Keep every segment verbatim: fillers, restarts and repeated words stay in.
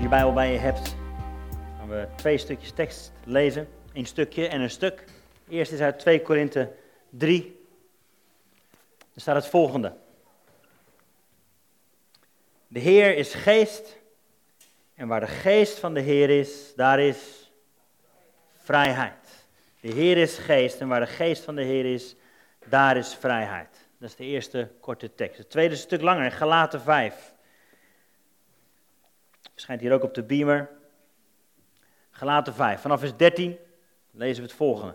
je Bijbel bij je hebt, gaan we twee stukjes tekst lezen. Een stukje en een stuk. Eerst is uit twee Korinthe drie. Er staat het volgende. De Heer is geest en waar de geest van de Heer is, daar is vrijheid. De Heer is geest en waar de geest van de Heer is, daar is vrijheid. Dat is de eerste korte tekst. Het tweede is een stuk langer, Galaten vijf. Verschijnt hier ook op de beamer. Galaten vijf, vanaf vers dertien lezen we het volgende.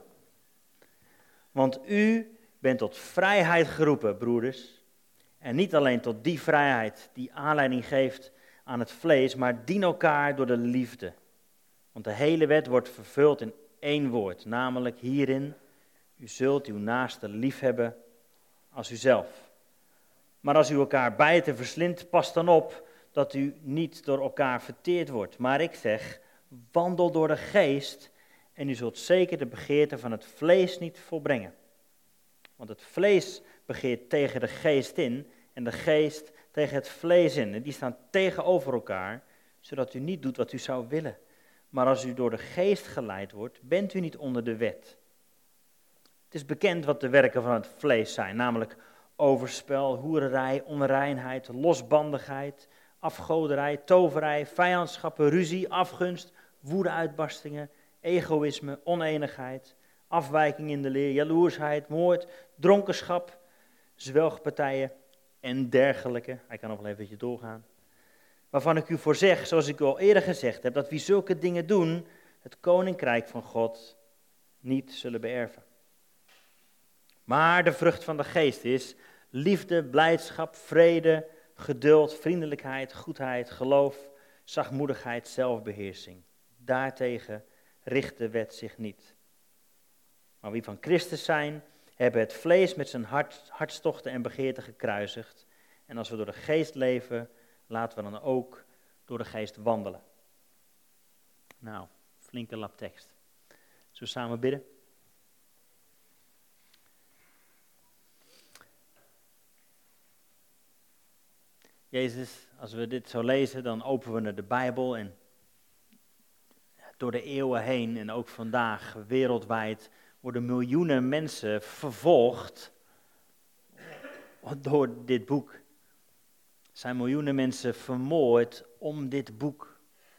Want u bent tot vrijheid geroepen, broeders. En niet alleen tot die vrijheid die aanleiding geeft aan het vlees, maar dien elkaar door de liefde. Want de hele wet wordt vervuld in één woord, namelijk hierin: u zult uw naaste liefhebben als uzelf. Maar als u elkaar bijt en verslindt, pas dan op dat u niet door elkaar verteerd wordt. Maar ik zeg, wandel door de geest en u zult zeker de begeerte van het vlees niet volbrengen. Want het vlees begeert tegen de geest in en de geest tegen het vlees in. En die staan tegenover elkaar, zodat u niet doet wat u zou willen. Maar als u door de geest geleid wordt, bent u niet onder de wet. Het is bekend wat de werken van het vlees zijn, namelijk overspel, hoererij, onreinheid, losbandigheid, afgoderij, toverij, vijandschappen, ruzie, afgunst, woedeuitbarstingen, egoïsme, oneenigheid, afwijking in de leer, jaloersheid, moord, dronkenschap, zwelgpartijen en dergelijke. Hij kan nog wel even doorgaan. Waarvan ik u voor zeg, zoals ik u al eerder gezegd heb, dat wie zulke dingen doen, het koninkrijk van God niet zullen beërven. Maar de vrucht van de geest is liefde, blijdschap, vrede, geduld, vriendelijkheid, goedheid, geloof, zachtmoedigheid, zelfbeheersing. Daartegen richt de wet zich niet. Maar wie van Christus zijn, hebben het vlees met zijn hart, hartstochten en begeerten gekruisigd. En als we door de geest leven, laten we dan ook door de geest wandelen. Nou, flinke lap tekst. Zullen we samen bidden? Jezus, als we dit zo lezen, dan openen we naar de Bijbel en door de eeuwen heen en ook vandaag wereldwijd worden miljoenen mensen vervolgd door dit boek. Er zijn miljoenen mensen vermoord om dit boek.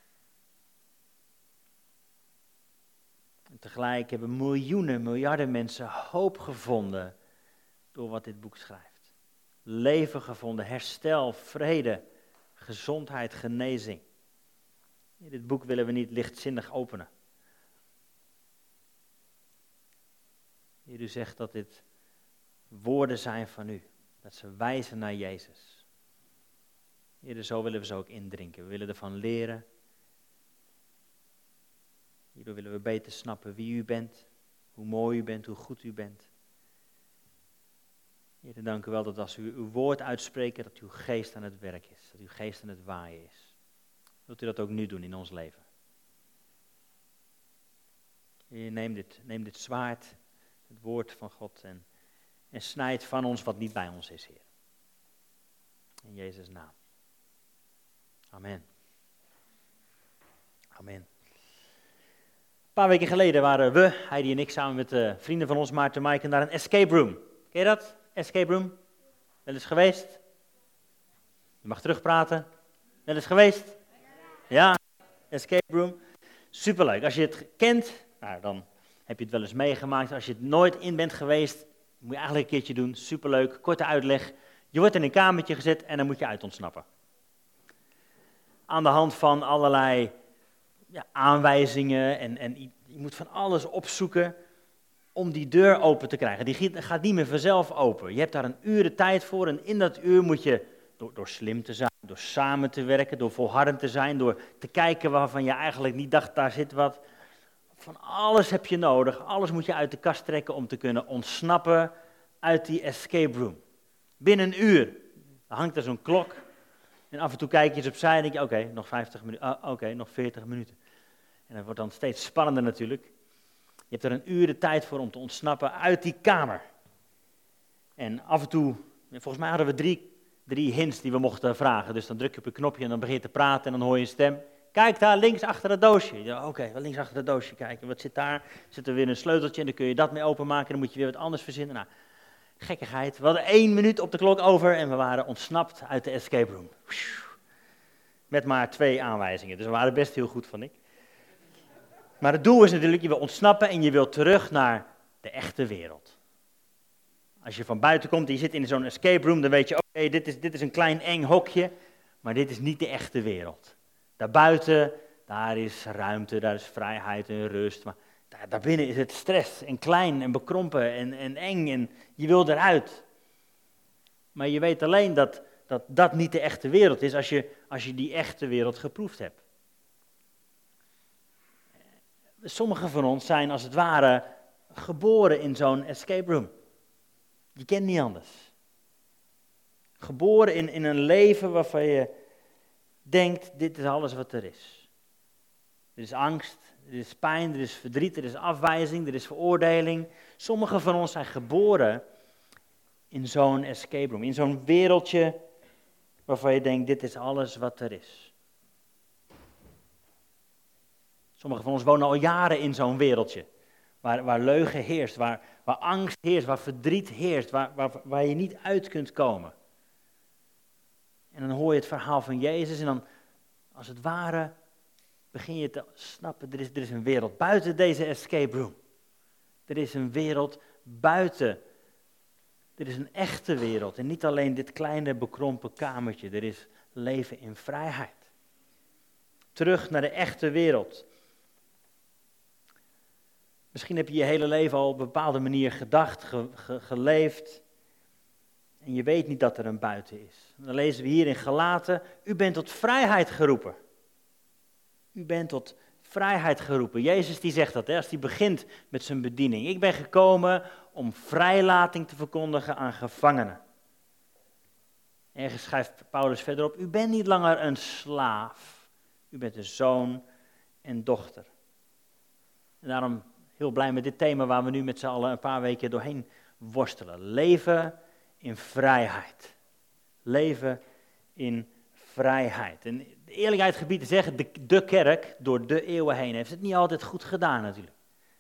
En tegelijk hebben miljoenen, miljarden mensen hoop gevonden door wat dit boek schrijft. Leven gevonden, herstel, vrede, gezondheid, genezing. Dit boek willen we niet lichtzinnig openen. Heer, u zegt dat dit woorden zijn van u, dat ze wijzen naar Jezus. Heer, zo willen we ze ook indrinken. We willen ervan leren. Hierdoor willen we beter snappen wie u bent, hoe mooi u bent, hoe goed u bent. Heer, dank u wel dat als u uw woord uitspreekt, dat uw geest aan het werk is, dat uw geest aan het waaien is. Wilt u dat ook nu doen in ons leven? Heer, neem dit, neem dit zwaard, het woord van God, en, en snijd van ons wat niet bij ons is, Heer. In Jezus' naam. Amen. Amen. Een paar weken geleden waren we, Heidi en ik, samen met uh, vrienden van ons, Maarten en Maaike, naar een escape room. Ken je dat? Escape room? Wel eens geweest? Je mag terugpraten. Wel eens geweest? Ja, escape room. Superleuk. Als je het kent, nou, dan heb je het wel eens meegemaakt. Als je het nooit in bent geweest, moet je eigenlijk een keertje doen. Superleuk. Korte uitleg. Je wordt in een kamertje gezet en dan moet je uit ontsnappen. Aan de hand van allerlei ja, aanwijzingen en, en je moet van alles opzoeken om die deur open te krijgen. Die gaat niet meer vanzelf open. Je hebt daar een uur de tijd voor en in dat uur moet je, door, door slim te zijn, door samen te werken, door volhardend te zijn, door te kijken waarvan je eigenlijk niet dacht, daar zit wat. Van alles heb je nodig, alles moet je uit de kast trekken om te kunnen ontsnappen uit die escape room. Binnen een uur. Dan hangt er zo'n klok en af en toe kijk je eens opzij en denk je, oké, okay, nog vijftig minuten, uh, oké, okay, nog veertig minuten. En dat wordt dan steeds spannender natuurlijk. Je hebt er een uur de tijd voor om te ontsnappen uit die kamer. En af en toe, volgens mij hadden we drie, drie hints die we mochten vragen. Dus dan druk je op een knopje en dan begin je te praten en dan hoor je een stem. Kijk daar links achter het doosje. Ja, Oké, okay, links achter het doosje kijken. Wat zit daar? Zit er weer een sleuteltje en dan kun je dat mee openmaken. Dan moet je weer wat anders verzinnen. Nou, gekkigheid. We hadden één minuut op de klok over en we waren ontsnapt uit de escape room. Met maar twee aanwijzingen. Dus we waren best heel goed, vond ik. Maar het doel is natuurlijk, je wil ontsnappen en je wil terug naar de echte wereld. Als je van buiten komt en je zit in zo'n escape room, dan weet je, oké, okay, dit, is, dit is een klein eng hokje, maar dit is niet de echte wereld. Daarbuiten, daar is ruimte, daar is vrijheid en rust, maar daar, daarbinnen is het stress en klein en bekrompen en, en eng en je wil eruit. Maar je weet alleen dat dat, dat niet de echte wereld is als je, als je die echte wereld geproefd hebt. Sommigen van ons zijn als het ware geboren in zo'n escape room. Je kent niet anders. Geboren in, in een leven waarvan je denkt, dit is alles wat er is. Er is angst, er is pijn, er is verdriet, er is afwijzing, er is veroordeling. Sommigen van ons zijn geboren in zo'n escape room, in zo'n wereldje waarvan je denkt, dit is alles wat er is. Sommigen van ons wonen al jaren in zo'n wereldje, waar, waar leugen heerst, waar, waar angst heerst, waar verdriet heerst, waar, waar, waar je niet uit kunt komen. En dan hoor je het verhaal van Jezus en dan, als het ware, begin je te snappen, er is, er is een wereld buiten deze escape room. Er is een wereld buiten. Er is een echte wereld en niet alleen dit kleine bekrompen kamertje. Er is leven in vrijheid. Terug naar de echte wereld. Misschien heb je je hele leven al op een bepaalde manier gedacht, ge, ge, geleefd. En je weet niet dat er een buiten is. Dan lezen we hier in Galaten, u bent tot vrijheid geroepen. U bent tot vrijheid geroepen. Jezus die zegt dat, hè, als hij begint met zijn bediening. Ik ben gekomen om vrijlating te verkondigen aan gevangenen. Ergens schrijft Paulus verderop, u bent niet langer een slaaf. U bent een zoon en dochter. En daarom heel blij met dit thema waar we nu met z'n allen een paar weken doorheen worstelen. Leven in vrijheid. Leven in vrijheid. En de eerlijkheid gebied te zeggen, de, de kerk door de eeuwen heen heeft het niet altijd goed gedaan natuurlijk.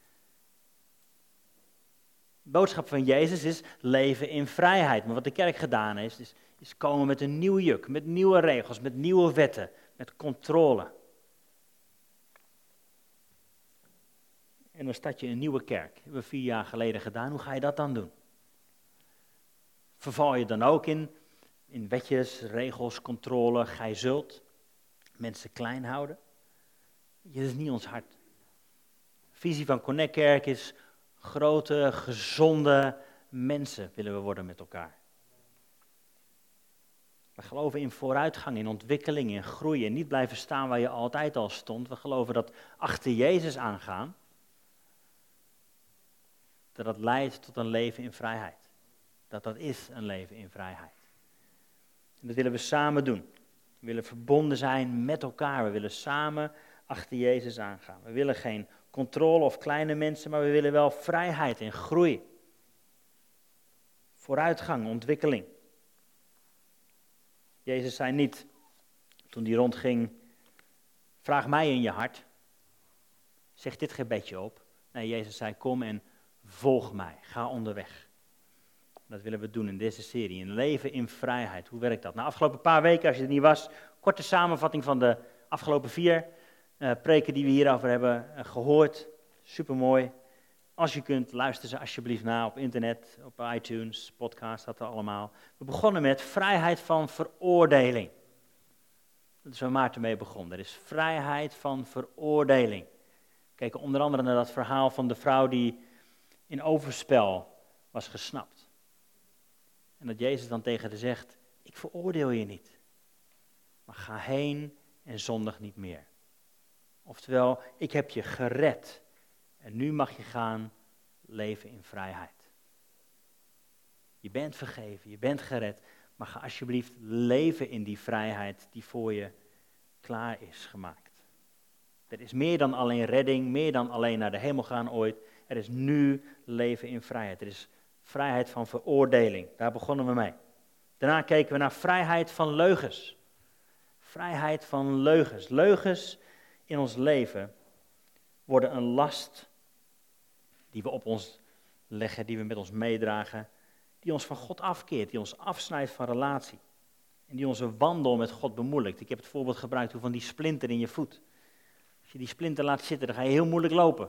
De boodschap van Jezus is leven in vrijheid. Maar wat de kerk gedaan heeft, is, is komen met een nieuw juk, met nieuwe regels, met nieuwe wetten, met controle. En dan start je een nieuwe kerk. Dat hebben we vier jaar geleden gedaan. Hoe ga je dat dan doen? Verval je dan ook in, in wetjes, regels, controle, gij zult mensen klein houden? Dat is niet ons hart. De visie van Connect Kerk is grote, gezonde mensen willen we worden met elkaar. We geloven in vooruitgang, in ontwikkeling, in groei en niet blijven staan waar je altijd al stond. We geloven dat achter Jezus aangaan, dat dat leidt tot een leven in vrijheid. Dat dat is een leven in vrijheid. En dat willen we samen doen. We willen verbonden zijn met elkaar. We willen samen achter Jezus aangaan. We willen geen controle of kleine mensen, maar we willen wel vrijheid en groei. Vooruitgang, ontwikkeling. Jezus zei niet, toen hij rondging, vraag mij in je hart. Zeg dit gebedje op. Nee, Jezus zei, kom en volg mij. Ga onderweg. Dat willen we doen in deze serie. Een leven in vrijheid. Hoe werkt dat? Nou, afgelopen paar weken, als je er niet was, korte samenvatting van de afgelopen vier uh, preken die we hierover hebben uh, gehoord. Supermooi. Als je kunt, luister ze alsjeblieft na op internet, op iTunes, podcast, dat er allemaal. We begonnen met vrijheid van veroordeling. Dat is waar Maarten mee begon. Er is vrijheid van veroordeling. We keken onder andere naar dat verhaal van de vrouw die in overspel was gesnapt. En dat Jezus dan tegen haar zegt, ik veroordeel je niet, maar ga heen en zondig niet meer. Oftewel, ik heb je gered en nu mag je gaan leven in vrijheid. Je bent vergeven, je bent gered, maar ga alsjeblieft leven in die vrijheid die voor je klaar is gemaakt. Er is meer dan alleen redding, meer dan alleen naar de hemel gaan ooit. Er is nu leven in vrijheid. Er is vrijheid van veroordeling, daar begonnen we mee. Daarna keken we naar vrijheid van leugens. Vrijheid van leugens. Leugens in ons leven worden een last die we op ons leggen, die we met ons meedragen, die ons van God afkeert, die ons afsnijdt van relatie. En die onze wandel met God bemoeilijkt. Ik heb het voorbeeld gebruikt van die splinter in je voet. Als je die splinter laat zitten, dan ga je heel moeilijk lopen.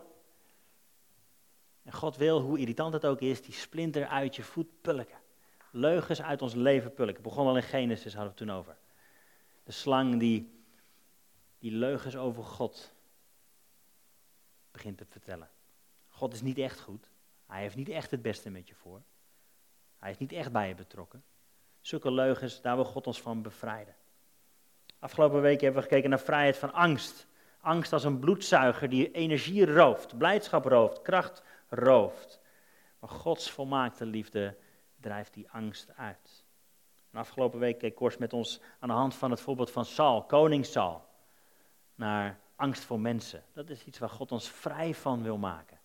En God wil, hoe irritant het ook is, die splinter uit je voet pulken. Leugens uit ons leven pulken. Het begon al in Genesis, hadden we het toen over. De slang die, die leugens over God begint te vertellen. God is niet echt goed. Hij heeft niet echt het beste met je voor. Hij is niet echt bij je betrokken. Zulke leugens, daar wil God ons van bevrijden. Afgelopen week hebben we gekeken naar vrijheid van angst. Angst als een bloedzuiger die energie rooft, blijdschap rooft, kracht rooft. Maar Gods volmaakte liefde drijft die angst uit. En afgelopen week keek Kors met ons aan de hand van het voorbeeld van Saul, koning Saul, naar angst voor mensen. Dat is iets waar God ons vrij van wil maken.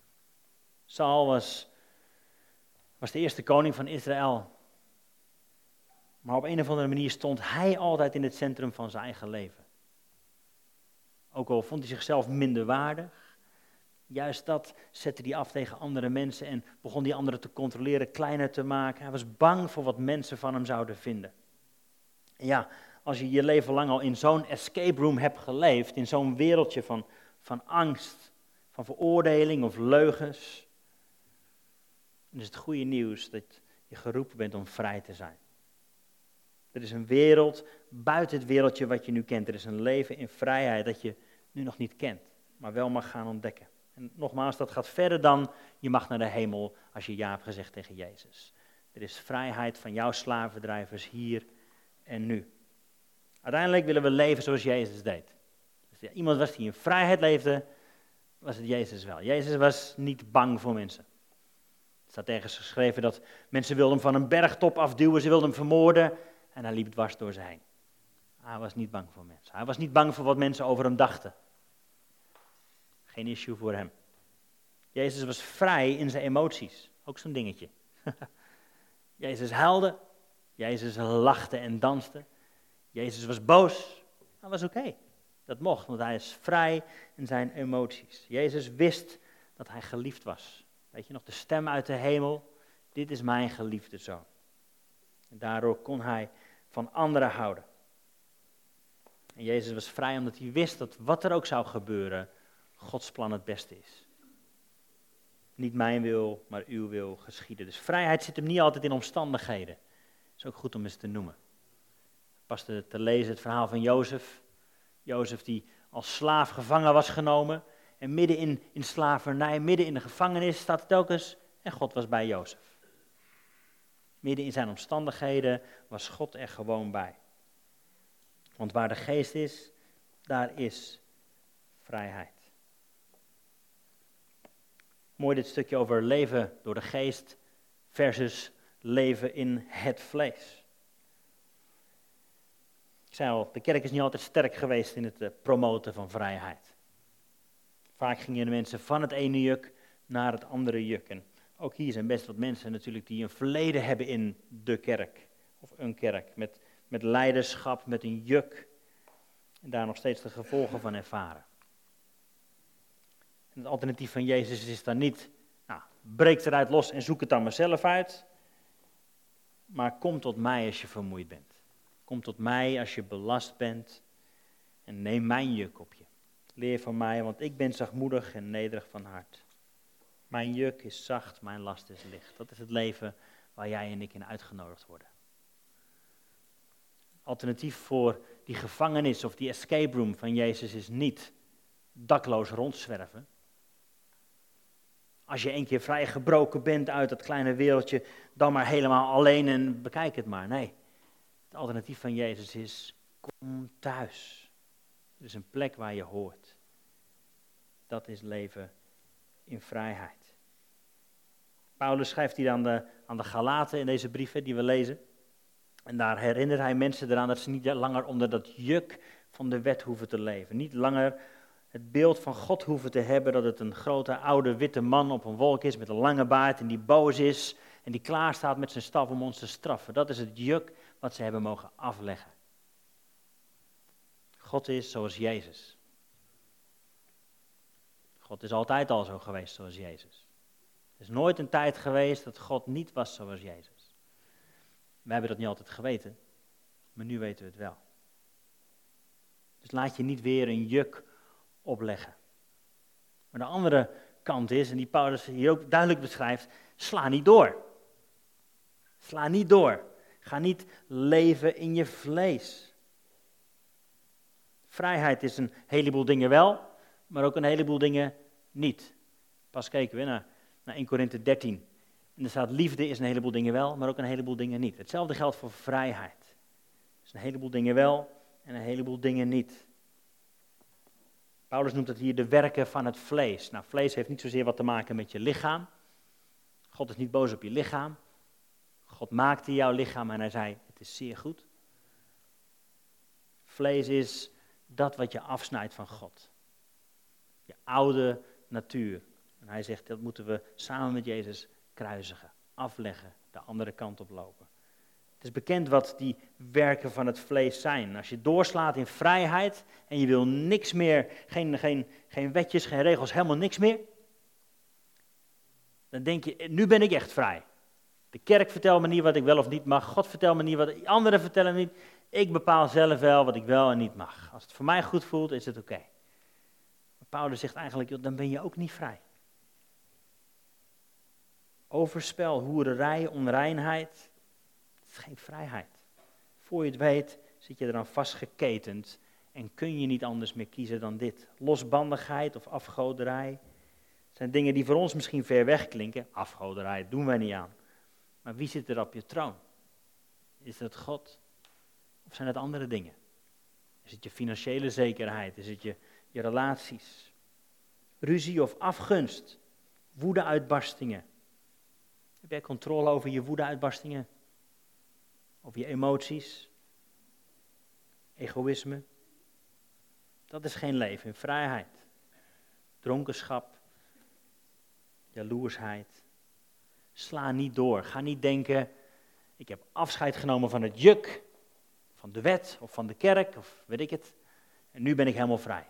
Saul was, was de eerste koning van Israël. Maar op een of andere manier stond hij altijd in het centrum van zijn eigen leven. Ook al vond hij zichzelf minder waardig, juist dat zette hij af tegen andere mensen en begon die anderen te controleren, kleiner te maken. Hij was bang voor wat mensen van hem zouden vinden. En ja, als je je leven lang al in zo'n escape room hebt geleefd, in zo'n wereldje van, van angst, van veroordeling of leugens, dan is het goede nieuws dat je geroepen bent om vrij te zijn. Er is een wereld buiten het wereldje wat je nu kent. Er is een leven in vrijheid dat je nu nog niet kent, maar wel mag gaan ontdekken. En nogmaals, dat gaat verder dan je mag naar de hemel als je ja hebt gezegd tegen Jezus. Er is vrijheid van jouw slavendrijvers hier en nu. Uiteindelijk willen we leven zoals Jezus deed. Als er iemand was die in vrijheid leefde, was het Jezus wel. Jezus was niet bang voor mensen. Er staat ergens geschreven dat mensen wilden hem van een bergtop afduwen, ze wilden hem vermoorden. En hij liep dwars door ze heen. Hij was niet bang voor mensen. Hij was niet bang voor wat mensen over hem dachten. Geen issue voor hem. Jezus was vrij in zijn emoties. Ook zo'n dingetje. Jezus huilde. Jezus lachte en danste. Jezus was boos. Dat was oké. Okay. Dat mocht, want hij is vrij in zijn emoties. Jezus wist dat hij geliefd was. Weet je nog, de stem uit de hemel. Dit is mijn geliefde zoon. En daardoor kon hij van anderen houden. En Jezus was vrij omdat hij wist dat wat er ook zou gebeuren, Gods plan het beste is. Niet mijn wil, maar uw wil geschieden. Dus vrijheid zit hem niet altijd in omstandigheden. Dat is ook goed om eens te noemen. Pas te, te lezen het verhaal van Jozef. Jozef die als slaaf gevangen was genomen. En midden in, in slavernij, midden in de gevangenis staat het ook eens. En God was bij Jozef. Midden in zijn omstandigheden was God er gewoon bij. Want waar de geest is, daar is vrijheid. Mooi dit stukje over leven door de geest versus leven in het vlees. Ik zei al, de kerk is niet altijd sterk geweest in het promoten van vrijheid. Vaak gingen de mensen van het ene juk naar het andere juk. En ook hier zijn best wat mensen natuurlijk die een verleden hebben in de kerk. Of een kerk. Met, met leiderschap, met een juk. En daar nog steeds de gevolgen van ervaren. En het alternatief van Jezus is dan niet, nou, breek eruit los en zoek het dan maar zelf uit. Maar kom tot mij als je vermoeid bent. Kom tot mij als je belast bent. En neem mijn juk op je. Leer van mij, want ik ben zachtmoedig en nederig van hart. Mijn juk is zacht, mijn last is licht. Dat is het leven waar jij en ik in uitgenodigd worden. Alternatief voor die gevangenis of die escape room van Jezus is niet dakloos rondzwerven. Als je een keer vrijgebroken bent uit dat kleine wereldje, dan maar helemaal alleen en bekijk het maar. Nee, het alternatief van Jezus is, kom thuis. Er is een plek waar je hoort. Dat is leven in vrijheid. Paulus schrijft hier aan de, aan de Galaten in deze brieven die we lezen. En daar herinnert hij mensen eraan dat ze niet langer onder dat juk van de wet hoeven te leven. Niet langer het beeld van God hoeven te hebben dat het een grote oude witte man op een wolk is met een lange baard en die boos is en die klaar staat met zijn staf om ons te straffen. Dat is het juk wat ze hebben mogen afleggen. God is zoals Jezus. God is altijd al zo geweest zoals Jezus. Er is nooit een tijd geweest dat God niet was zoals Jezus. Wij hebben dat niet altijd geweten, maar nu weten we het wel. Dus laat je niet weer een juk opleggen. Maar de andere kant is, en die Paulus hier ook duidelijk beschrijft, sla niet door. Sla niet door. Ga niet leven in je vlees. Vrijheid is een heleboel dingen wel, maar ook een heleboel dingen niet. Pas kijken we naar, naar Eerste Korinthe dertien. En er staat, liefde is een heleboel dingen wel, maar ook een heleboel dingen niet. Hetzelfde geldt voor vrijheid. Dus een heleboel dingen wel en een heleboel dingen niet. Paulus noemt het hier de werken van het vlees. Nou, vlees heeft niet zozeer wat te maken met je lichaam. God is niet boos op je lichaam. God maakte jouw lichaam en hij zei, het is zeer goed. Vlees is dat wat je afsnijdt van God. Je oude natuur. En hij zegt, dat moeten we samen met Jezus kruisigen, afleggen, de andere kant op lopen. Het is bekend wat die werken van het vlees zijn. Als je doorslaat in vrijheid en je wil niks meer, geen, geen, geen wetjes, geen regels, helemaal niks meer. Dan denk je, nu ben ik echt vrij. De kerk vertelt me niet wat ik wel of niet mag. God vertelt me niet wat anderen vertellen me niet. Ik bepaal zelf wel wat ik wel en niet mag. Als het voor mij goed voelt, is het oké. Okay. Maar Paulus zegt eigenlijk, joh, dan ben je ook niet vrij. Overspel, hoererij, onreinheid. Het is geen vrijheid. Voor je het weet zit je eraan vastgeketend en kun je niet anders meer kiezen dan dit. Losbandigheid of afgoderij zijn dingen die voor ons misschien ver weg klinken. Afgoderij doen wij niet aan. Maar wie zit er op je troon? Is het God of zijn het andere dingen? Is het je financiële zekerheid? Is het je, je relaties? Ruzie of afgunst? Woedeuitbarstingen? Heb jij controle over je woedeuitbarstingen? Over je emoties? Egoïsme? Dat is geen leven in vrijheid. Dronkenschap? Jaloersheid? Sla niet door. Ga niet denken, ik heb afscheid genomen van het juk, van de wet of van de kerk of weet ik het. En nu ben ik helemaal vrij.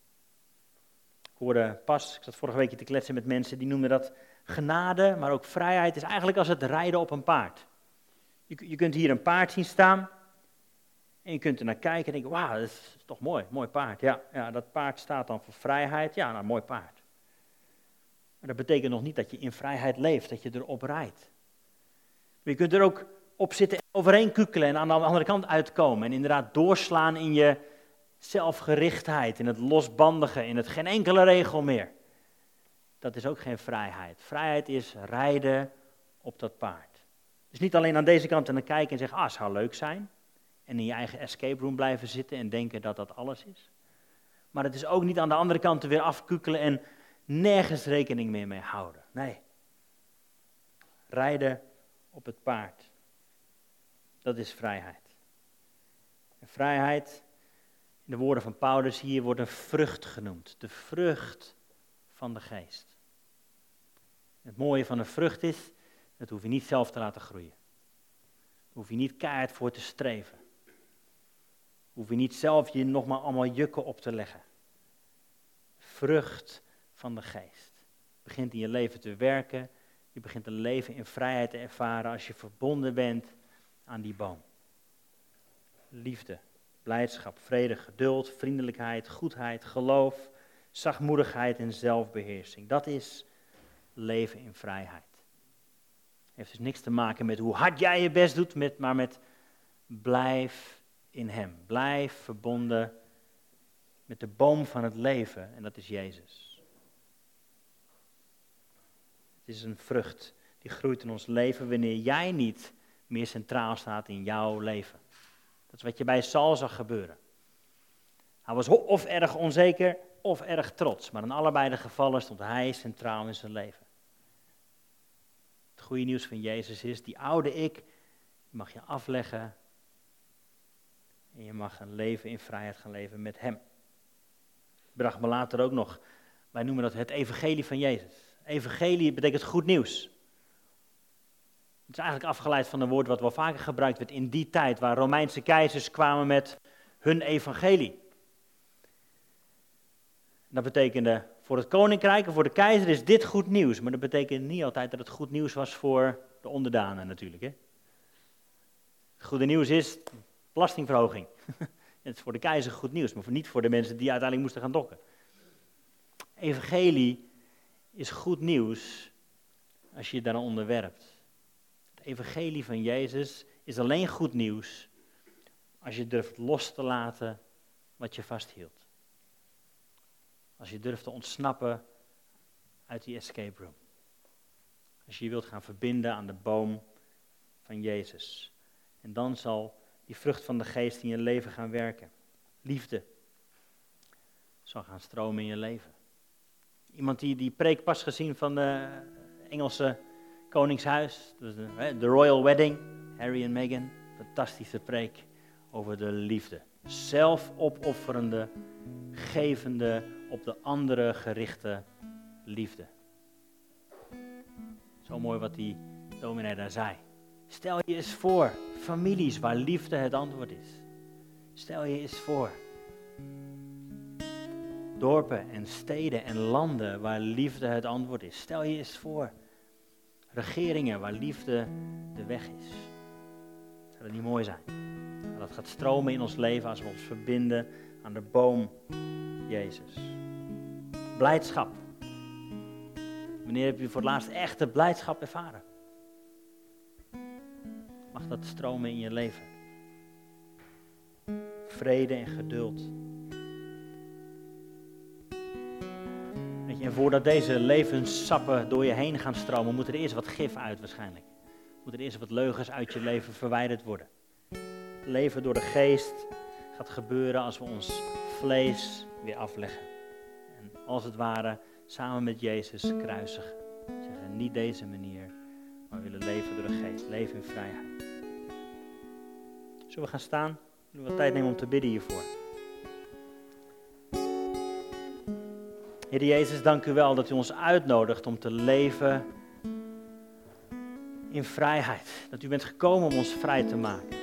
Ik hoorde pas, ik zat vorige week te kletsen met mensen, die noemden dat genade, maar ook vrijheid is eigenlijk als het rijden op een paard. Je, je kunt hier een paard zien staan en je kunt er naar kijken en denken, wauw, dat is toch mooi, mooi paard. Ja, ja, dat paard staat dan voor vrijheid, ja, nou, mooi paard. Maar dat betekent nog niet dat je in vrijheid leeft, dat je erop rijdt. Je kunt er ook op zitten en overheen kukelen en aan de andere kant uitkomen. En inderdaad doorslaan in je zelfgerichtheid, in het losbandige, in het geen enkele regel meer. Dat is ook geen vrijheid. Vrijheid is rijden op dat paard. Dus niet alleen aan deze kant en dan kijken en zeggen, ah, zou leuk zijn. En in je eigen escape room blijven zitten en denken dat dat alles is. Maar het is ook niet aan de andere kant er weer afkukelen en nergens rekening meer mee houden. Nee. Rijden op het paard. Dat is vrijheid. En vrijheid, in de woorden van Paulus hier, wordt een vrucht genoemd. De vrucht van de geest. Het mooie van een vrucht is, dat hoef je niet zelf te laten groeien. Daar hoef je niet keihard voor te streven. Hoef je niet zelf je nog maar allemaal jukken op te leggen. Vrucht van de geest. Je begint in je leven te werken. Je begint een leven in vrijheid te ervaren als je verbonden bent aan die boom. Liefde, blijdschap, vrede, geduld, vriendelijkheid, goedheid, geloof, zachtmoedigheid en zelfbeheersing. Dat is leven in vrijheid. Het heeft dus niks te maken met hoe hard jij je best doet, met, maar met blijf in hem. Blijf verbonden met de boom van het leven en dat is Jezus. Het is een vrucht die groeit in ons leven wanneer jij niet meer centraal staat in jouw leven. Dat is wat je bij Saul zag gebeuren. Hij was of erg onzeker of erg trots, maar in allebei de gevallen stond hij centraal in zijn leven. Het goede nieuws van Jezus is, die oude ik, die mag je afleggen en je mag een leven in vrijheid gaan leven met hem. Bracht me later ook nog, wij noemen dat het evangelie van Jezus. Evangelie betekent goed nieuws. Het is eigenlijk afgeleid van een woord wat wel vaker gebruikt werd in die tijd, waar Romeinse keizers kwamen met hun evangelie. Dat betekende voor het koninkrijk en voor de keizer is dit goed nieuws. Maar dat betekent niet altijd dat het goed nieuws was voor de onderdanen natuurlijk. Hè? Het goede nieuws is belastingverhoging. Het is voor de keizer goed nieuws, maar niet voor de mensen die uiteindelijk moesten gaan dokken. Evangelie is goed nieuws als je je daaraan onderwerpt. Het evangelie van Jezus is alleen goed nieuws als je durft los te laten wat je vasthield. Als je durft te ontsnappen uit die escape room. Als je je wilt gaan verbinden aan de boom van Jezus. En dan zal die vrucht van de geest in je leven gaan werken. Liefde zal gaan stromen in je leven. Iemand die die preek pas gezien van de Engelse koningshuis. Dus de, de Royal Wedding, Harry en Meghan. Fantastische preek over de liefde. Zelfopofferende, gevende, op de andere gerichte liefde. Zo mooi wat die dominee daar zei. Stel je eens voor, families waar liefde het antwoord is. Stel je eens voor. Dorpen en steden en landen waar liefde het antwoord is. Stel je eens voor. Regeringen waar liefde de weg is. Zou dat niet mooi zijn? Dat gaat stromen in ons leven als we ons verbinden aan de boom Jezus. Blijdschap. Wanneer heb je voor het laatst echte blijdschap ervaren? Mag dat stromen in je leven? Vrede en geduld. Weet je, en voordat deze levenssappen door je heen gaan stromen, moet er eerst wat gif uit waarschijnlijk. Moet er eerst wat leugens uit je leven verwijderd worden. Leven door de geest gaat gebeuren als we ons vlees weer afleggen. En als het ware samen met Jezus kruisigen. Zeggen niet deze manier, maar we willen leven door de geest. Leven in vrijheid. Zullen we gaan staan? Zullen we wat tijd nemen om te bidden hiervoor? Heer Jezus, dank u wel dat u ons uitnodigt om te leven in vrijheid. Dat u bent gekomen om ons vrij te maken.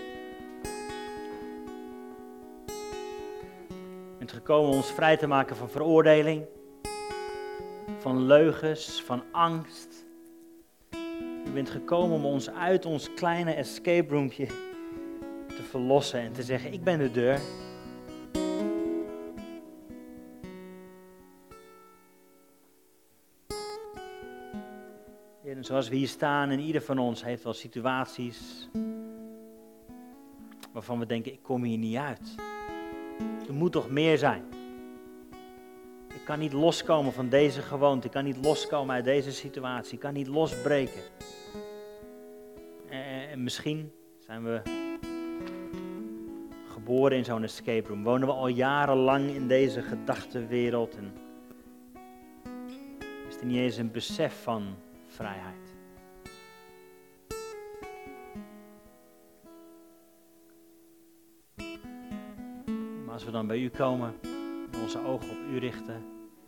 U bent gekomen om ons vrij te maken van veroordeling, van leugens, van angst. U bent gekomen om ons uit ons kleine escape roompje te verlossen en te zeggen, ik ben de deur. En zoals we hier staan en ieder van ons heeft wel situaties waarvan we denken, ik kom hier niet uit. Er moet toch meer zijn. Ik kan niet loskomen van deze gewoonte, ik kan niet loskomen uit deze situatie, ik kan niet losbreken. En, en misschien zijn we geboren in zo'n escape room, wonen we al jarenlang in deze gedachtenwereld en is er niet eens een besef van vrijheid. Maar als we dan bij u komen, en onze ogen op u richten,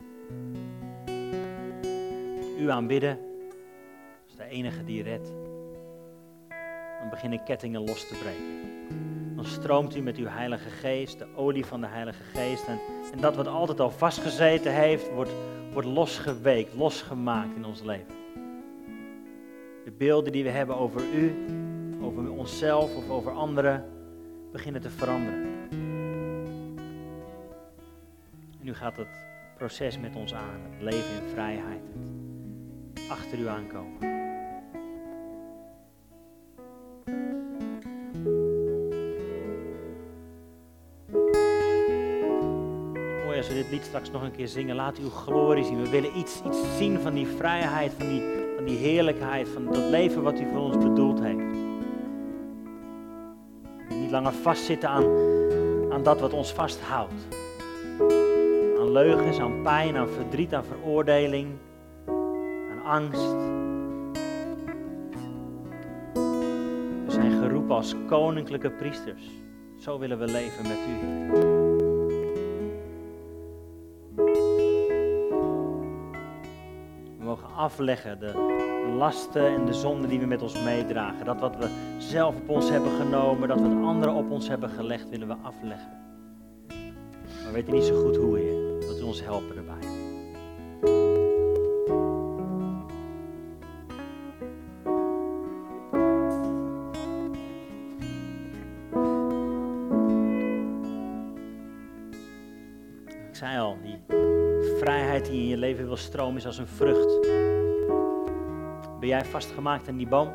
u aanbidden, als de enige die redt, dan beginnen kettingen los te breken. Dan stroomt u met uw Heilige Geest, de olie van de Heilige Geest, en, en dat wat altijd al vastgezeten heeft, wordt, wordt losgeweekt, losgemaakt in ons leven. De beelden die we hebben over u, over onszelf of over anderen, beginnen te veranderen. En nu gaat het proces met ons aan, het leven in vrijheid, het achter u aankomen. Mooi als we dit lied straks nog een keer zingen, laat uw glorie zien. We willen iets, iets zien van die vrijheid, van die... van die heerlijkheid, van dat leven wat u voor ons bedoeld heeft. En niet langer vastzitten aan, aan dat wat ons vasthoudt. Aan leugens, aan pijn, aan verdriet, aan veroordeling, aan angst. We zijn geroepen als koninklijke priesters. Zo willen we leven met u, Heer. Afleggen, de lasten en de zonden die we met ons meedragen. Dat wat we zelf op ons hebben genomen, dat wat anderen op ons hebben gelegd, willen we afleggen. Maar we weten niet zo goed hoe, Heer. Dat u ons helpen erbij. Ik zei al, die vrijheid die in je leven wil stromen is als een vrucht. Ben jij vastgemaakt aan die boom?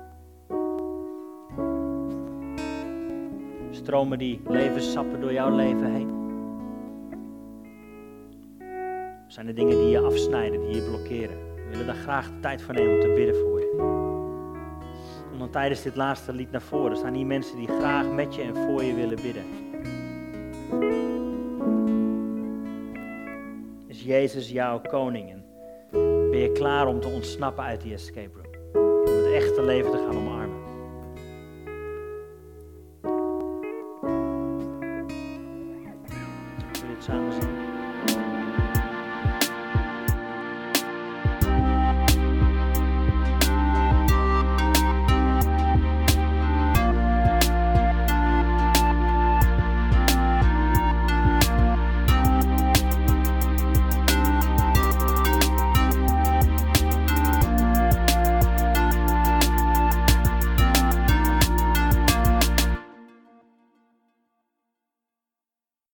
Stromen die levenssappen door jouw leven heen? Of zijn er dingen die je afsnijden, die je blokkeren? We willen daar graag de tijd voor nemen om te bidden voor je. Kom dan tijdens dit laatste lied naar voren. Er staan hier mensen die graag met je en voor je willen bidden. Is Jezus jouw koning? En ben je klaar om te ontsnappen uit die escape room? Om het echte leven te gaan omarmen? Samen zingen.